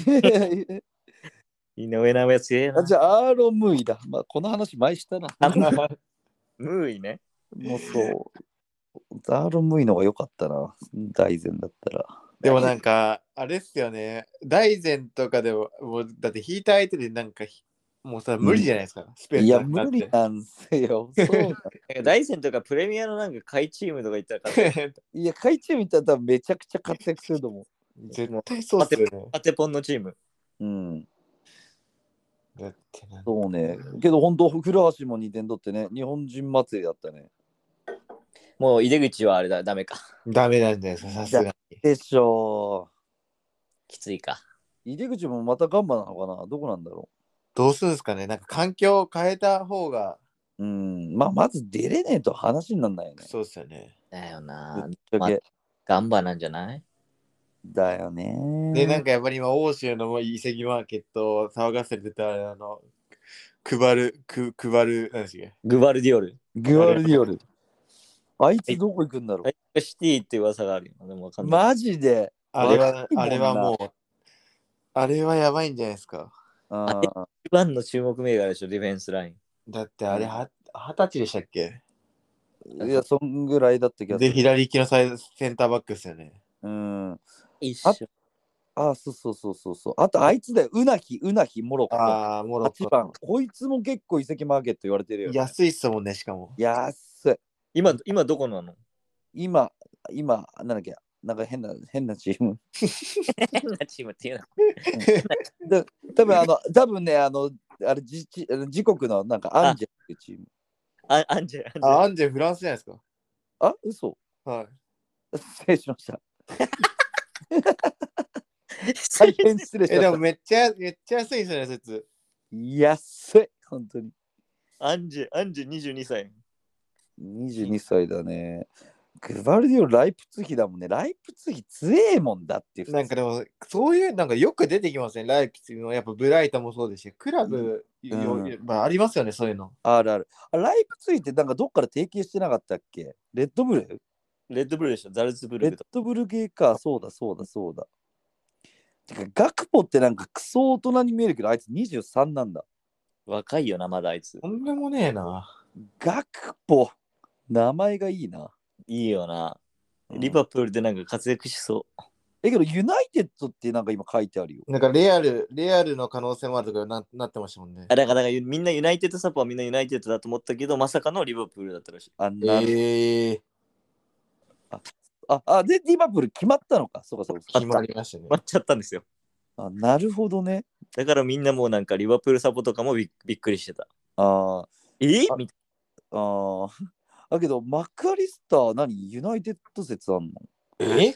井上尚弥強えな。 あじゃあ、アーロン・ムーイだ。まあ、この話前したな。 あムーイね。 もうそう。アーロン・ムーイの方が良かったな。大前だったら。 でもなんか、あれっすよね。大前とかでも、もうだって引いた相手でなんか、もうさ、無理じゃないですか。スペースいや、 なくなって無理なんすよ。そうなんか大山とかプレミアのなんか下位チームとか行ったら勝ていや、海中見たら多分めちゃくちゃ活躍すると思絶対そうっすよね。 当てポンのチーム。 う。うん。 だってなんそうね。けど本当、古橋もにてん取ってね、日本人祭りだったね。 もう井出口はあれだ、ダメか。 ダメなんだよ、さすがに。 でしょきついか。 う。井出口もまたガンバなのかな、どこなんだろどうするんですかね。なんか環境を変えた方が、 う。うん。まあ、まず出れねえと話になんないよね。 そうっすよね。 だよぶなっ。ちゃけ。 ガンバなんじゃない？ だよね。 で、なんかやっぱり今、欧州の移籍マーケットを騒がせてた、あの、配る、く配る、なんですか。 グバルディオル。 グアルディオル。あいつどこ行くんだろシティって噂があるよ。でもわかう。 んない。 マジで。 あれは若い、もんなあれはもう、あれはやばいんじゃないですか。 あー一番の注目銘柄でしょ、ディフェンスライン。 だってあれは、二十歳でしたっけ。 いや、そんぐらいだった気がすで、 る。 左利きのサイズセンターバックですよね。 うん。 一ああ、そうそうそうそうそう。あと、あいつだよ。うなひ、うなひ、モロッコ。 ああ、モロッはちコ。 ばん。こいつも結構移籍マーケット言われてるよ、ね。 安いっすもんね、しかも。 安い。 今、今どこなの？ 今、今、なんだっけ、なんか変な、変なチーム。 変なチームっていうの。 で多分あの、多分ね、あの、あれ、じじ自国のなんかアンジェっていうチーム。 あ、アンジェ、アンジェ。 あ、アンジェフランスじゃないですか。 あ、嘘。 はい。 失礼しました。大変失礼しえ、 ました。 でもめっちゃ、めっちゃ安いですよね、説。 安い。本当に。 アンジェ、アンジェにじゅうにさい。 にじゅうにさいだね。グバルディオルライプツヒだもんね。ライプツヒ強えもんだっていう。 なんかでも、そういう、なんかよく出てきますね。ライプツィの、やっぱブライトもそうですし、クラブ、 うんよまあ、ありますよね、そういうの。 あるある。あライプツヒってなんかどっから提携してなかったっけ？レッドブル？ レッドブルでしょ、ザルツブレッルクと。 ドブル系か。そうだそうだそうだ。てか、ガクポってなんかクソ大人に見えるけど、あいつにじゅうさんなんだ。 若いよな、まだあいつ。 とんでもねえな。 ガクポ。名前がいいな。 いいよな。 うんリバプールでなんか活躍しそう。 え、けど、ユナイテッドってなんか今書いてあるよ。 なんかレアル、レアルの可能性もあるとかななってましたもんね。 あだからだからみんなユナイテッドサポはみんなユナイテッドだと思ったけど、まさかのリバプールだったらしい。 あ、なるええあ、あ、で、リバプール決まったのか。そうかそうか。 決まりましたね決。まっちゃったんですよ。 あ、なるほどね。 だからみんなもうなんかリバプールサポとかもびっびっくりしてた。 ああえみたいあー。だけど、マクアリスター何ユナイテッド説あんの？ え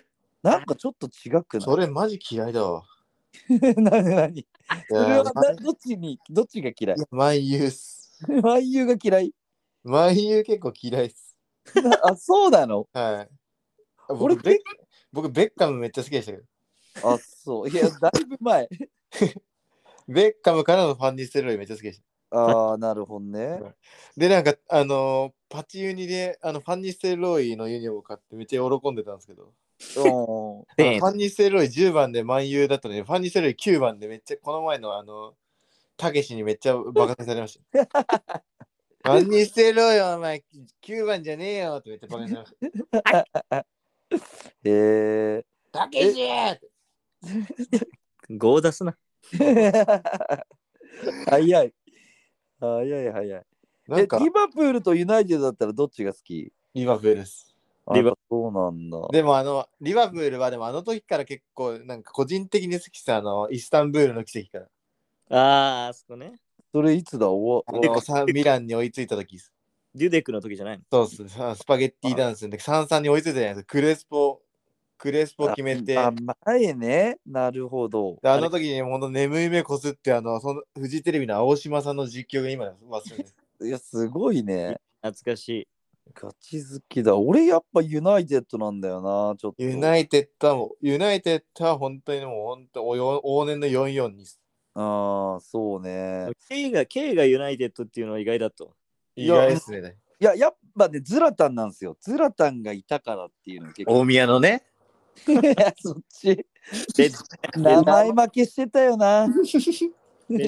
なんかちょっと違くない？ それマジ嫌いだわ。 なになにいそれはやなどっちに、どっちが嫌い？ いやマンユーっす。 マンユーが嫌い？ マンユー結構嫌いっす。 なあ、そうなの？ はい。 俺僕ベッ僕ベッカムめっちゃ好きでしたけど。 あ、そう。いや、だいぶ前。 ベッカムからのファンニステロイめっちゃ好きでした。 ああ、なるほどね。 で、なんか、あのーパチユニであのファンニステロイのユニフォームを買ってめっちゃ喜んでたんですけど、 うん。 あのファンニステロイじゅうばんでマンユーだったのに、ファンニステロイきゅうばんでめっちゃ、この前のあの、たけしにめっちゃバカにされました。ファンニステロイお前きゅうばんじゃねえよってめっちゃバカにされました。 へえ。 たけしーって。 ゴー出すな。 早い。早い早い。え、 なんかリバプールとユナイテッドだったらどっちが好き？ リバプールです。 あ、 リバやっぱそうなんだ。 でもあの、リバプールはでもあの時から結構なんか個人的に好きさ、あの、イスタンブールの奇跡から。 あー、あそこね。 それいつだ？おあの、さミランに追いついた時です。 デュデクの時じゃないの？ そうっす。さスパゲッティダンスでさんたいさんに追いついたじゃないですか。クレスポ、クレスポ決めて。 あ、あ前ね。なるほど。 であの時にほんと眠い目こすってあのそのフジテレビの青島さんの実況が今忘れてる。 いや、すごいね。 懐かしい。 ガチ好きだ。俺やっぱユナイテッドなんだよな。ちょっと。 ユナイテッドはもう、ユナイテッドは本当にもう本当およ往年のよんよんに。 ああ、そうね。 K が、K がユナイテッドっていうのは意外だと。 意外ですね。 いや、やっぱね、ズラタンなんですよ。ズラタンがいたからっていうの結構。 大宮のね。 いやそっち。 で名前負けしてたよな。 で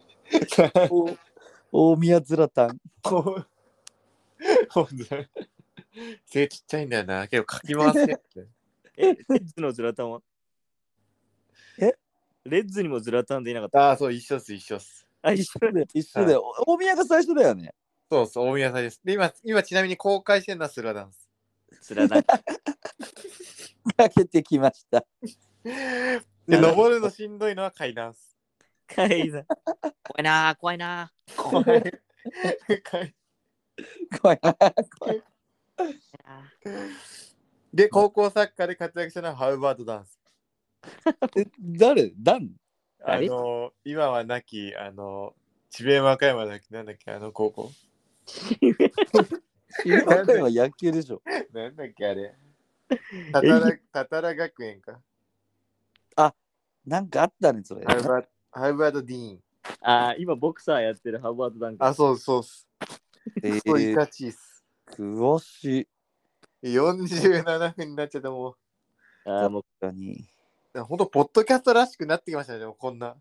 お大宮ズラタン。 ほんとだ背ちっちゃいんだよな。けど書き回せって。 え、レッズのズラタンはえレッズにもズラタンでいなかった。 ああ、そう、一緒っす、一緒っす。 あ、一緒だよ。 一緒だよ。大宮が最初だよね。 そうそう、大宮さんです。で、今、今ちなみに公開してるのはスラダンス。 ズラタン。 かけてきました。 で、登るのしんどいのは階段っす。 階段。怖いなー、怖いな怖い。階怖いな怖い。 ー。 で、高校サッカーで活躍したのはハウバードダンス。 え誰ダンあ誰の、今はなき、あの、智弁和歌山だっけ、なんだっけ、あの高校。 今回は野球でしょ。 なんだっけ、あれ。たたら、たたら学園か。 なんかあったね、それ。 ハウバード、ハウバードディーン。 あー、今ボクサーやってるハーバードダンカー。 あ、そうそうっす。 えそう、いー、 かちいっす。 詳しい。 よんじゅうななふんになっちゃったもう。 あーもう確かに。 ほんと、ポッドキャストらしくなってきましたね、でもこんな。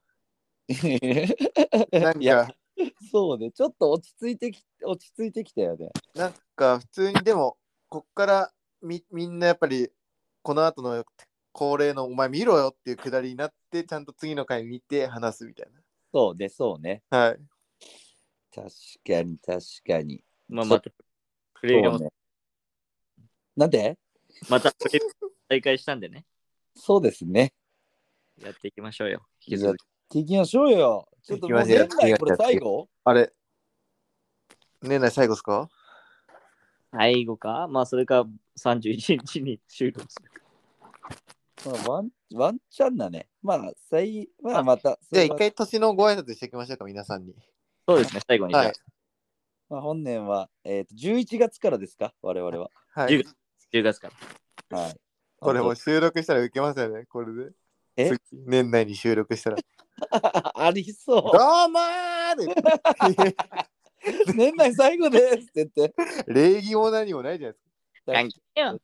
なんいやか、 そうね、ちょっと落ち着いてき落ち着いてきたよね。 なんか普通にでも、こっからみみんなやっぱり、この後の恒例のお前見ろよっていうくだりになって、ちゃんと次の回見て話すみたいそうね、そうね。 な。はい。 確かに、確かに。 まあ、またプレイヤーも、 そうね。なんでまたプレイ再開したんでね、 そうですね。 やっていきましょうよ。引きやっ続き。 ていきましょうよ。ちょっともう行きましょう年内これ最後あれ、年内最後っすか？ 最後かまあ、それかさんじゅういちにちに終了する。 まあ、ワンワンチャンだね。まあ、最まあ、また。 じゃあ一それは回年のご挨拶していきましょうか、皆さんに。 そうですね、最後に。じゃあはい。 まあ、本年は、えーと、じゅういちがつからですか我々は。 はいじゅう。じゅうがつから。 はい。 これも収録したら受けますよね、これで。 え次年内に収録したら。 ありそどうもーってう。年内最後ですって言って。 礼儀も何もないじゃないですか。 関係よ。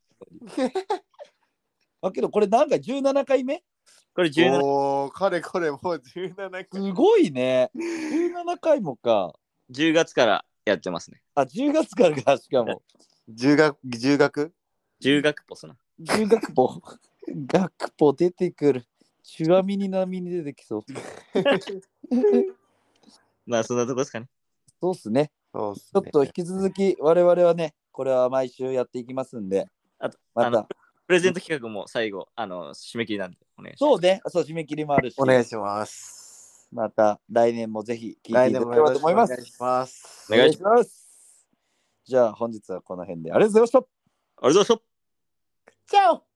あけどこれなんかじゅうななかいめこれじゅうなな。 おー、かれこれもうじゅうななかい。 すごいね。じゅうななかいもか。 じゅうがつからやってますね。 あ、じゅうがつからか、しかも。 10学、10学じゅうがくポスな。 じゅう学歩。学歩出てくる。チュアミに波に出てきそう。 まあ、そんなとこですかね。 そうっすね。 そうっすちょっと引き続き我々はね、これは毎週やっていきますんで、 あと、 まあのた。 プレゼント企画も最後、あの、締め切りなんで、お願いします。 そうね、そう、締め切りもあるし、 お願いします。 また来年もぜひ聞いていただけれ来年もよろしくお願ばと思います。 いします。 お願いします。じゃあ本日はこの辺でありがとうございました。 ありがとうございました。 チャオ